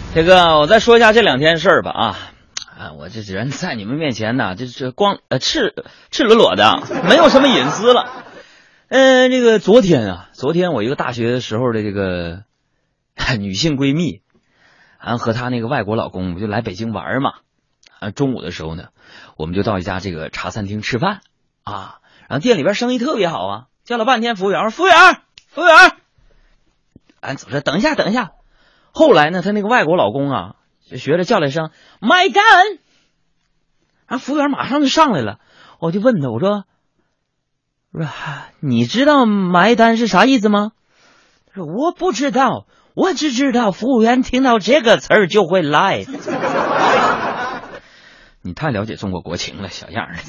这个我再说一下这2天事儿吧我这人在你们面前呢，这光赤裸裸的，没有什么隐私了。这个昨天我一个大学的时候的这个女性闺蜜，和她那个外国老公，不就来北京玩嘛。中午的时候呢，我们就到一家这个茶餐厅吃饭然后店里边生意特别好叫了半天服务员，服务员，走着，等一下。后来呢，她那个外国老公就学着叫了一声 My God， 然后服务员马上就上来了，我就问他，我说你知道埋单是啥意思吗？他说我不知道，我只知道服务员听到这个词儿就会来。你太了解中国国情了，小样儿。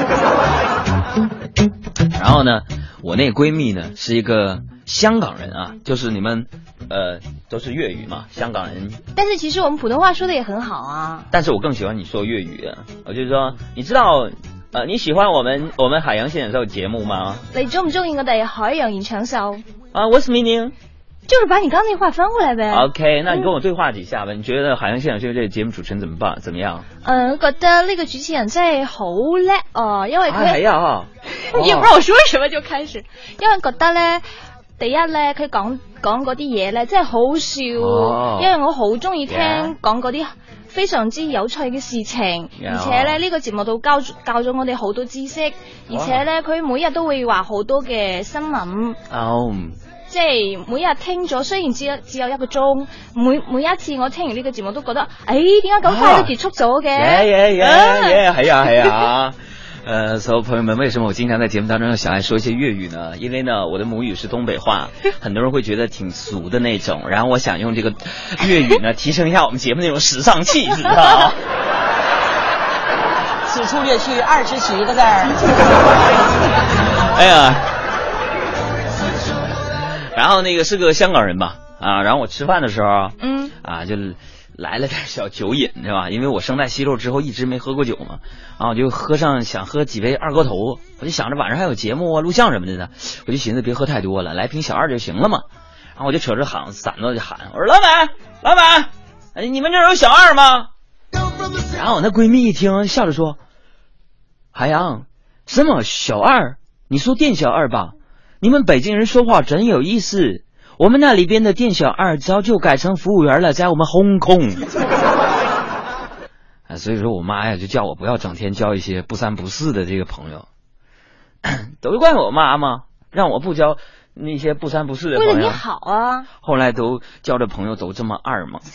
然后呢，我那闺蜜呢是一个香港人就是你们都是粤语嘛，香港人。 但是其实我们普通话说的也很好但是我更喜欢你说粤语我就说，你知道你喜欢我们海洋现场秀节目吗？ 你中唔中意我哋海洋現場秀 ？What's meaning？ 就是把你刚那话翻过来呗。 OK， 那你跟我对话几下吧。你觉得海洋现场秀这个节目主持人怎么样？ 我觉得呢個主持人真係好叻因為佢係你也不知道我說什麼就開始，因為覺得咧，第一咧佢講嗰啲嘢咧真係好笑因為我好中意聽講嗰啲非常之有趣嘅事情而且咧呢個節目都教咗我哋好多知識而且咧佢每日都會話好多嘅新聞即係每日聽咗，雖然只有1個鐘，每一次我聽完呢個節目都覺得，點解咁快就結束咗嘅？ 係啊。所以朋友们，为什么我经常在节目当中想爱说一些粤语呢？因为呢，我的母语是东北话，很多人会觉得挺俗的那种，然后我想用这个粤语呢，提升一下我们节目那种时尚气质此处略去，2只取一个字儿。 哎呀。然后那个是个香港人吧然后我吃饭的时候就来了点小酒瘾是吧？因为我声带息肉之后一直没喝过酒嘛我就想喝几杯二锅头，我就想着晚上还有节目录像什么的呢，我就寻思别喝太多了，来瓶小2就行了嘛。然后我就扯着嗓子就喊，我说老板你们这儿有小2吗？然后我那闺蜜一听笑着说，海洋什么小2？你说店小2吧？你们北京人说话真有意思，我们那里边的店小2早就改成服务员了，在我们홍콩所以说我妈呀就叫我不要整天交一些不三不四的这个朋友都怪我妈嘛，让我不交那些不三不四的朋友。 为了你好后来都交的朋友都这么2嘛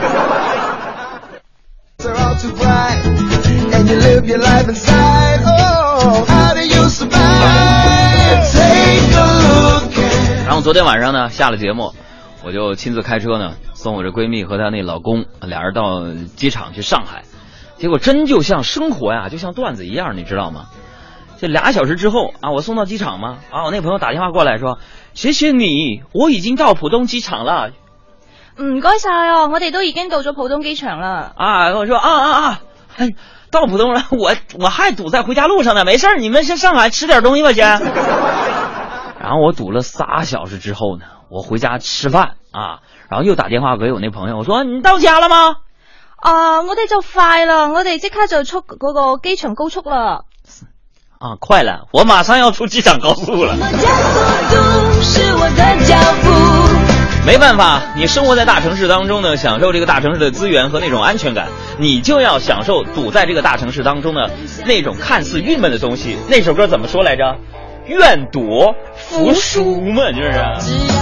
然后昨天晚上呢下了节目，我就亲自开车呢送我这闺蜜和她那老公俩人到机场去上海。结果真就像生活就像段子一样，你知道吗？这2小时之后我送到机场嘛我那朋友打电话过来说，谢谢你，我已经到浦东机场了。 唔該晒我哋都已經到咗浦東機場了我說到浦東了，我還堵在回家路上呢，沒事，你們先上海吃點東西吧先。然後我堵了3小時之後呢，我回家吃飯然後又打電話給我那朋友，我說你到家了嗎？ 我哋就快了，我哋即刻就出嗰個機場高速了。 快了，我馬上要出機場高速了。没办法，你生活在大城市当中呢，享受这个大城市的资源和那种安全感，你就要享受堵在这个大城市当中的那种看似郁闷的东西。那首歌怎么说来着？愿赌服输嘛，就是。